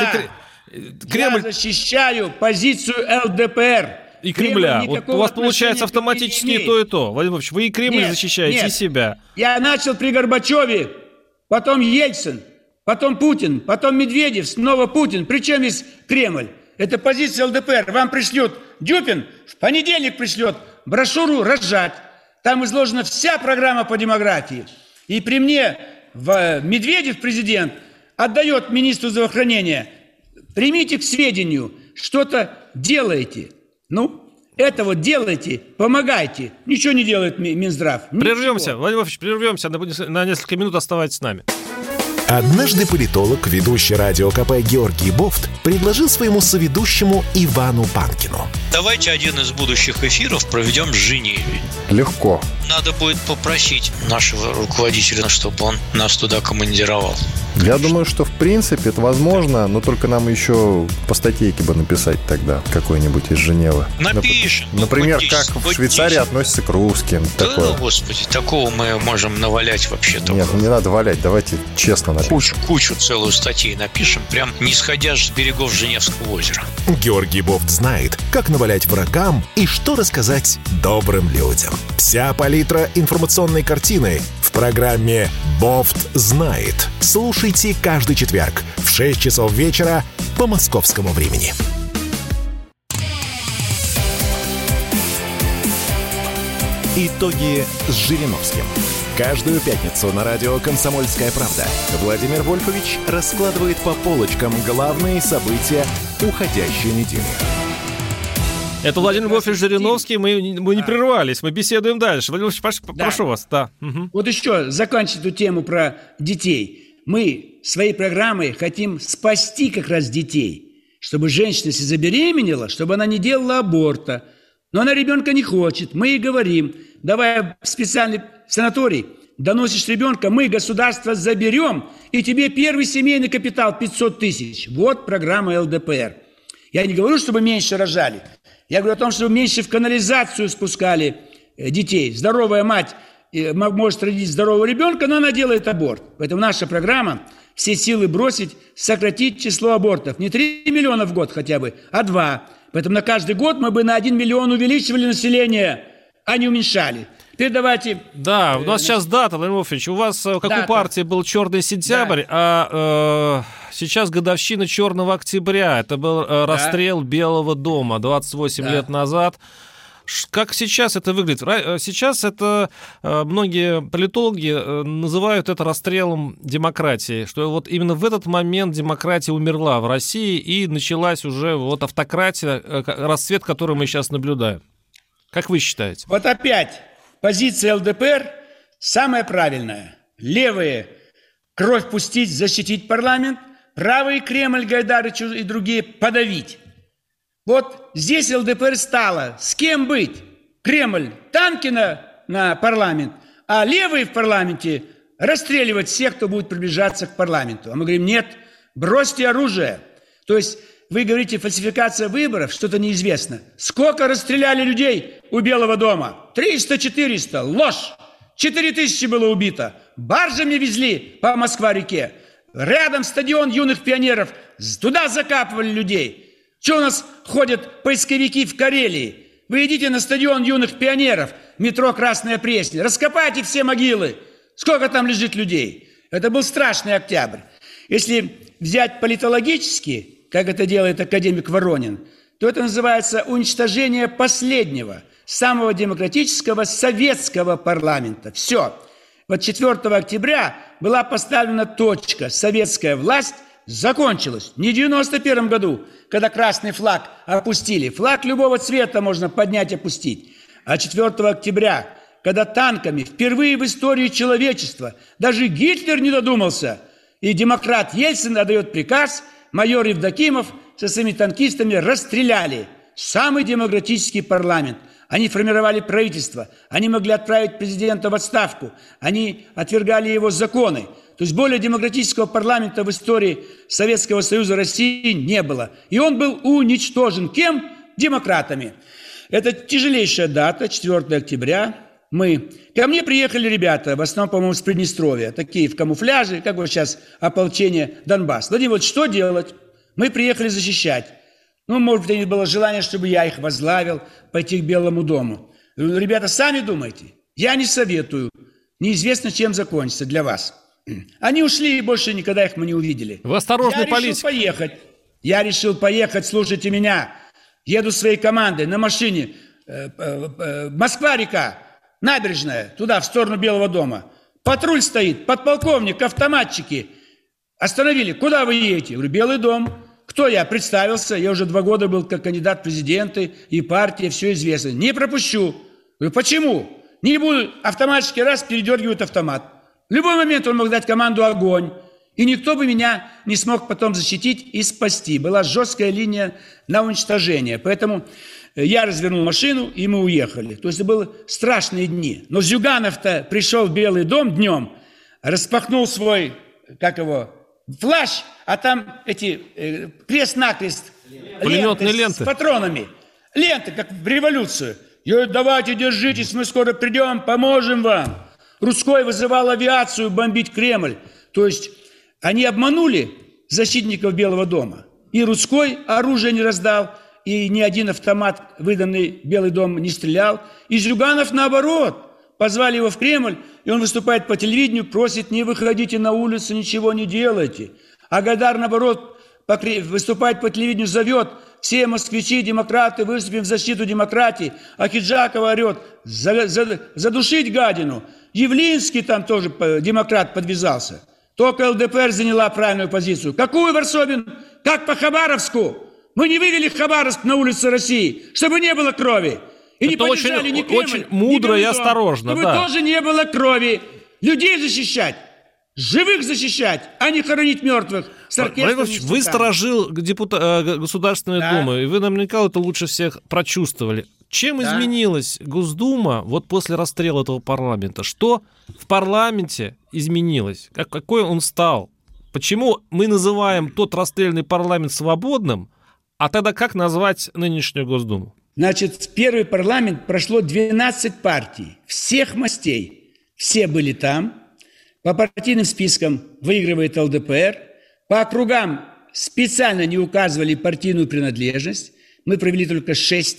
Speaker 4: Я защищаю позицию ЛДПР.
Speaker 3: И Кремля. Вот у вас получается автоматически и то, и то. Владимир Владимирович, вы и Кремль защищаете, и себя.
Speaker 4: Я начал при Горбачеве, потом Ельцин, потом Путин, потом Медведев, снова Путин. Причем есть Кремль? Это позиция ЛДПР. Вам пришлет Дюпин, в понедельник пришлет брошюру «Разжать». Там изложена вся программа по демографии. И при мне Медведев, президент, отдает министру здравоохранения: примите к сведению, что-то делаете. Это вот делайте, помогайте. Ничего не делает Минздрав.
Speaker 3: Прервемся, Владимир Владимирович, прервемся на несколько минут, оставайтесь с нами.
Speaker 2: Однажды политолог, ведущий радио КП Георгий Бофт, предложил своему соведущему Ивану Панкину:
Speaker 7: давайте один из будущих эфиров проведем с Женеве.
Speaker 8: Легко.
Speaker 7: Надо будет попросить нашего руководителя, чтобы он нас туда командировал.
Speaker 8: Я думаю, что в принципе это возможно, но только нам еще по статейке бы написать тогда какой-нибудь из Женевы.
Speaker 7: Напишем.
Speaker 8: Например, как в Швейцарии относятся к русским.
Speaker 7: Да, такое. Господи, такого мы можем навалять вообще-то.
Speaker 8: Нет, не надо валять, давайте честно напишем.
Speaker 7: Кучу целую статей напишем, прям не сходя с берегов Женевского озера.
Speaker 2: Георгий Бофт знает, как навалять врагам и что рассказать добрым людям. Вся палитра информационной картины в программе «Бофт знает». Слушайте каждый четверг в 6 часов вечера по московскому времени. Итоги с Жириновским. Каждую пятницу на радио «Комсомольская правда» Владимир Вольфович раскладывает по полочкам главные события уходящей недели.
Speaker 3: Это Владимир Вольфович Жириновский, мы не прервались, мы беседуем дальше. Владимир Вольфович, прошу вас. Да. Угу.
Speaker 4: Вот еще закончить эту тему про детей. Мы своей программой хотим спасти как раз детей, чтобы женщина, если забеременела, чтобы она не делала аборта. Но она ребенка не хочет. Мы ей говорим: давай в специальный санаторий, доносишь ребенка, мы, государство, заберем, и тебе первый семейный капитал 500 тысяч. Вот программа ЛДПР. Я не говорю, чтобы меньше рожали. Я говорю о том, чтобы меньше в канализацию спускали детей. Здоровая мать может родить здорового ребенка, но она делает аборт. Поэтому наша программа — все силы бросить, сократить число абортов. Не 3 миллиона в год хотя бы, а 2. Поэтому на каждый год мы бы на 1 миллион увеличивали население, а не уменьшали. Теперь давайте...
Speaker 3: Да, у нас сейчас дата, Владимир Вольфович. У вас, как у партии, был «Черный сентябрь», а сейчас годовщина «Черного октября». Это был расстрел Белого дома 28 лет назад. Как сейчас это выглядит? Сейчас это многие политологи называют это расстрелом демократии, что вот именно в этот момент демократия умерла в России и началась уже вот автократия, расцвет, который мы сейчас наблюдаем. Как вы считаете?
Speaker 4: Вот опять позиция ЛДПР самая правильная. Левые — кровь пустить, защитить парламент, правые — Кремль, Гайдарыч и другие — подавить. Вот здесь ЛДПР стало. С кем быть? Кремль — танки на парламент, а левые в парламенте — расстреливать всех, кто будет приближаться к парламенту. А мы говорим: нет, бросьте оружие. То есть вы говорите, фальсификация выборов, что-то неизвестно. Сколько расстреляли людей у Белого дома? 300-400. Ложь. 4000 было убито. Баржами везли по Москва-реке. Рядом стадион юных пионеров. Туда закапывали людей. Что у нас ходят поисковики в Карелии? Вы идите на стадион юных пионеров, метро Красная Пресня, раскопайте все могилы. Сколько там лежит людей? Это был страшный октябрь. Если взять политологически, как это делает академик Воронин, то это называется уничтожение последнего, самого демократического советского парламента. Все. Вот 4 октября была поставлена точка. Советская власть закончилась. Не в 91 году, когда красный флаг опустили. Флаг любого цвета можно поднять и опустить. А 4 октября, когда танками впервые в истории человечества даже Гитлер не додумался, И демократ Ельцин отдает приказ, майор Евдокимов со своими танкистами расстреляли самый демократический парламент. Они формировали правительство, они могли отправить президента в отставку, они отвергали его законы. То есть более демократического парламента в истории Советского Союза России не было. И он был уничтожен. Кем? Демократами. Это тяжелейшая дата, 4 октября. Ко мне приехали ребята, в основном, по-моему, с Приднестровья, такие в камуфляже, как вот сейчас ополчение Донбасс. Владимир, вот что делать? Мы приехали защищать. Может быть, у них было желание, чтобы я их возглавил, пойти к Белому дому. Ребята, сами думайте. Я не советую. Неизвестно, чем закончится для вас. Они ушли, и больше никогда их мы не увидели.
Speaker 3: Вы осторожный политик.
Speaker 4: Я решил поехать, слушайте меня. Еду своей командой на машине. Москва-река, набережная, туда, в сторону Белого дома. Патруль стоит, подполковник, автоматчики. Остановили. Куда вы едете? Я говорю, Белый дом. Кто я? Представился. Я уже 2 года был как кандидат в президенты, и партия, все известно. Не пропущу. Говорю, почему? Не буду. Автоматчики раз передергивают автомат. В любой момент он мог дать команду «Огонь». И никто бы меня не смог потом защитить и спасти. Была жесткая линия на уничтожение. Поэтому я развернул машину, и мы уехали. То есть это были страшные дни. Но Зюганов-то пришел в Белый дом днем, распахнул свой, флаш, а там эти крест-накрест ленты с патронами. Ленты, как в революцию. Я говорю, давайте, держитесь, мы скоро придем, поможем вам. Русской вызывал авиацию бомбить Кремль. То есть они обманули защитников Белого дома. И Русской оружие не раздал, и ни один автомат, выданный Белый дом, не стрелял. И Зюганов, наоборот, позвали его в Кремль, и он выступает по телевидению, просит, не выходите на улицу, ничего не делайте. А Гайдар, наоборот, выступает по телевидению, зовет, все москвичи, демократы, выступим в защиту демократии. А Хиджакова орет, задушить гадину. Явлинский там тоже, демократ, подвязался. Только ЛДПР заняла правильную позицию. Какую, Варсобин? Как по Хабаровску? Мы не вывели Хабаровск на улицы России, чтобы не было крови. И это не поддержали ни Кремль,
Speaker 3: очень мудро и осторожно.
Speaker 4: Чтобы тоже не было крови. Людей защищать, живых защищать, а не хоронить мертвых.
Speaker 3: Вы сторожил Государственной Думы, и вы наверняка это лучше всех прочувствовали. Чем изменилась Госдума вот после расстрела этого парламента? Что в парламенте изменилось? Какой он стал? Почему мы называем тот расстрельный парламент свободным, а тогда как назвать нынешнюю Госдуму?
Speaker 4: Значит, первый парламент прошло 12 партий, всех мастей. Все были там. По партийным спискам выигрывает ЛДПР. По округам специально не указывали партийную принадлежность. Мы провели только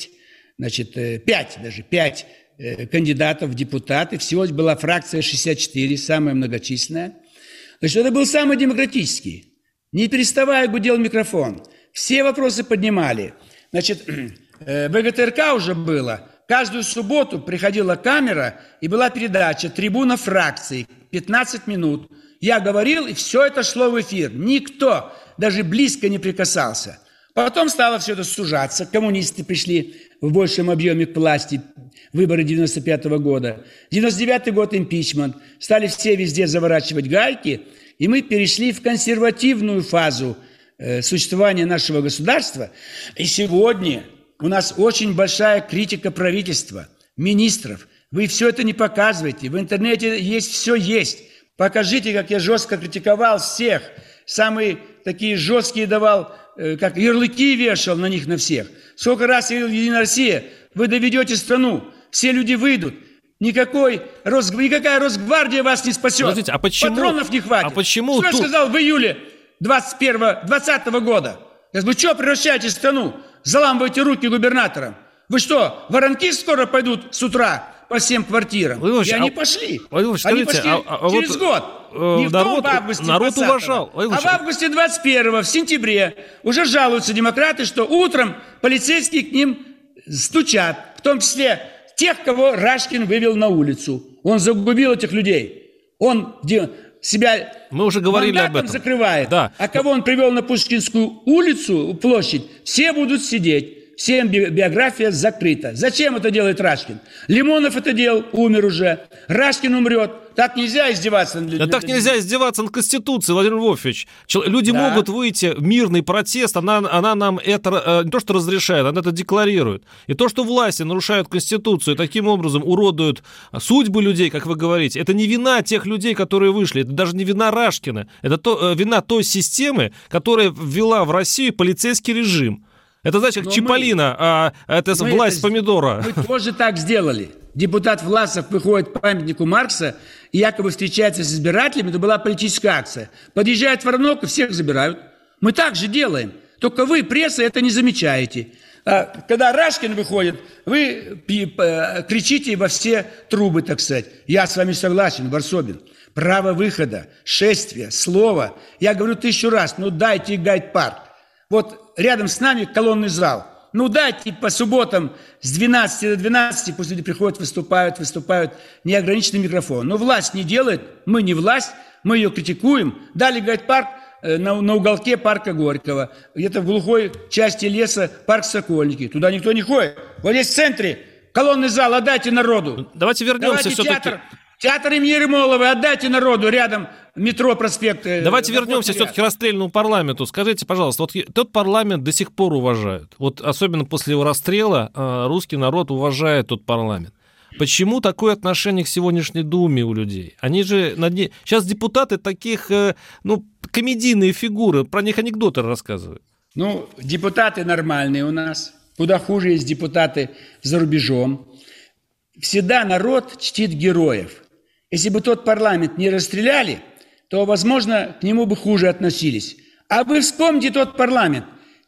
Speaker 4: 5 кандидатов в депутаты. Всего была фракция 64, самая многочисленная. Значит, это был самый демократический. Не переставая гудел микрофон. Все вопросы поднимали. Значит, ВГТРК уже было. Каждую субботу приходила камера, и была передача «Трибуна фракций». 15 минут. Я говорил, и все это шло в эфир. Никто даже близко не прикасался. Потом стало все это сужаться. Коммунисты пришли в большем объеме к власти. Выборы 95-го года. 99-й год импичмент. Стали все везде заворачивать гайки. И мы перешли в консервативную фазу существования нашего государства. И сегодня у нас очень большая критика правительства, министров. Вы все это не показываете. В интернете все есть. Покажите, как я жестко критиковал всех. Самые такие жесткие давал, как ярлыки вешал на них, на всех. Сколько раз я говорил, Единая Россия, вы доведете страну, все люди выйдут. Никакая Росгвардия вас не спасет.
Speaker 3: Подождите,
Speaker 4: патронов не хватит. Что я сказал в июле 2020 года? Я говорю, вы что превращаете страну? Заламываете руки губернаторам. Вы что, воронки скоро пойдут с утра по всем квартирам?
Speaker 3: И
Speaker 4: они пошли.
Speaker 3: Они пошли
Speaker 4: через год. Не в том, в августе 20-го,
Speaker 3: уважал.
Speaker 4: А в августе 21-го, в сентябре уже жалуются демократы, что утром полицейские к ним стучат. В том числе тех, кого Рашкин вывел на улицу. Он загубил этих людей. Он себя
Speaker 3: мы уже говорили об этом.
Speaker 4: Закрывает.
Speaker 3: Да.
Speaker 4: А кого он привел на Пушкинскую улицу, площадь, все будут сидеть. Всем биография закрыта. Зачем это делает Рашкин? Лимонов это делал, умер уже. Рашкин умрет. Так нельзя издеваться над людьми.
Speaker 3: Да так нельзя издеваться над Конституцией, Владимир Львович. Люди могут выйти в мирный протест, она нам это не то что разрешает, она это декларирует. И то, что власти нарушают Конституцию и таким образом уродуют судьбы людей, как вы говорите, это не вина тех людей, которые вышли, это даже не вина Рашкина, это вина той системы, которая ввела в Россию полицейский режим. Это значит, как Чиполлино, это власть помидора.
Speaker 4: Мы тоже так сделали. Депутат Власов выходит к памятнику Маркса и якобы встречается с избирателями, это была политическая акция. Подъезжает Воронок и всех забирают. Мы так же делаем. Только вы, пресса, это не замечаете. Когда Рашкин выходит, вы кричите во все трубы, так сказать. Я с вами согласен, Варсобин. Право выхода, шествия, слова. Я говорю 1000 раз, дайте гайд-парк. Вот рядом с нами колонный зал. Дайте по субботам с 12 до 12, пусть люди приходят, выступают, неограниченный микрофон. Но власть не делает, мы не власть, мы ее критикуем. Дали гайд-парк на уголке парка Горького, где-то в глухой части леса парк Сокольники. Туда никто не ходит. Вот здесь в центре колонный зал, отдайте народу.
Speaker 3: Давайте вернемся все-таки.
Speaker 4: Театр имени Ермоловой отдайте народу, рядом метро, проспект.
Speaker 3: Давайте вернемся все-таки к расстрельному парламенту. Скажите, пожалуйста, вот тот парламент до сих пор уважают. Вот особенно после его расстрела русский народ уважает тот парламент. Почему такое отношение к сегодняшней Думе у людей? Они же сейчас депутаты таких, комедийные фигуры, про них анекдоты рассказывают.
Speaker 4: Депутаты нормальные у нас. Куда хуже есть депутаты за рубежом. Всегда народ чтит героев. Если бы тот парламент не расстреляли, то, возможно, к нему бы хуже относились. А вы вспомните тот парламент.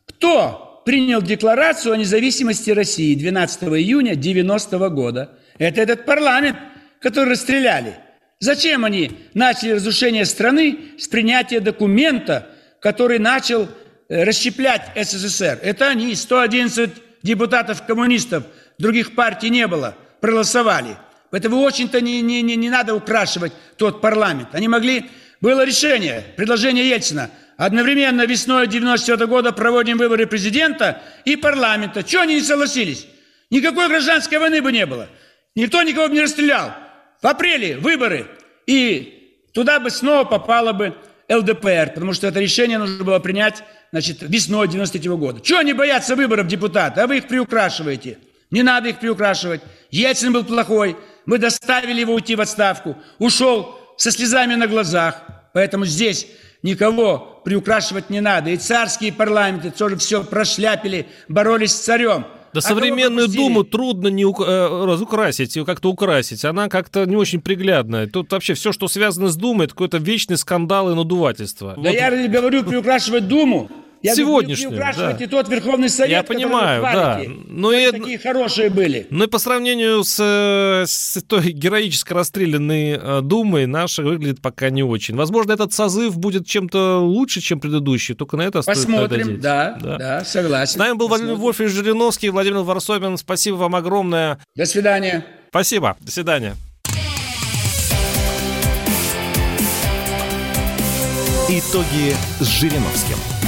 Speaker 4: Кто принял декларацию о независимости России 12 июня 90 года? Это этот парламент, который расстреляли. Зачем они начали разрушение страны с принятия документа, который начал расщеплять СССР? Это они, 111 депутатов-коммунистов, других партий не было, проголосовали. Поэтому очень-то не надо украшивать тот парламент. Они могли... Было решение, предложение Ельцина. Одновременно весной 1994 года проводим выборы президента и парламента. Чего они не согласились? Никакой гражданской войны бы не было. Никто никого бы не расстрелял. В апреле выборы. И туда бы снова попало бы ЛДПР. Потому что это решение нужно было принять, весной 1993 года. Чего они боятся выборов депутаты? А вы их приукрашиваете. Не надо их приукрашивать. Ельцин был плохой. Мы заставили его уйти в отставку. Ушел со слезами на глазах. Поэтому здесь никого приукрашивать не надо. И царские парламенты тоже все прошляпили, боролись с царем.
Speaker 3: Да современную Думу трудно разукрасить, ее как-то украсить. Она как-то не очень приглядная. Тут вообще все, что связано с Думой, это какой-то вечный скандал и надувательство.
Speaker 4: Да я говорю приукрашивать Думу. Я
Speaker 3: сегодняшнюю,
Speaker 4: приукрашивайте тот Верховный Совет,
Speaker 3: я понимаю, да.
Speaker 4: Такие хорошие были.
Speaker 3: Но и по сравнению с той героически расстрелянной Думой, наша выглядит пока не очень. Возможно, этот созыв будет чем-то лучше, чем предыдущий, только на это стоит надеяться.
Speaker 4: Посмотрим, да, согласен.
Speaker 3: С нами был Владимир Вольфович Жириновский, Владимир Варсобин. Спасибо вам огромное.
Speaker 4: До свидания.
Speaker 3: Спасибо, до свидания.
Speaker 2: Итоги с Жириновским.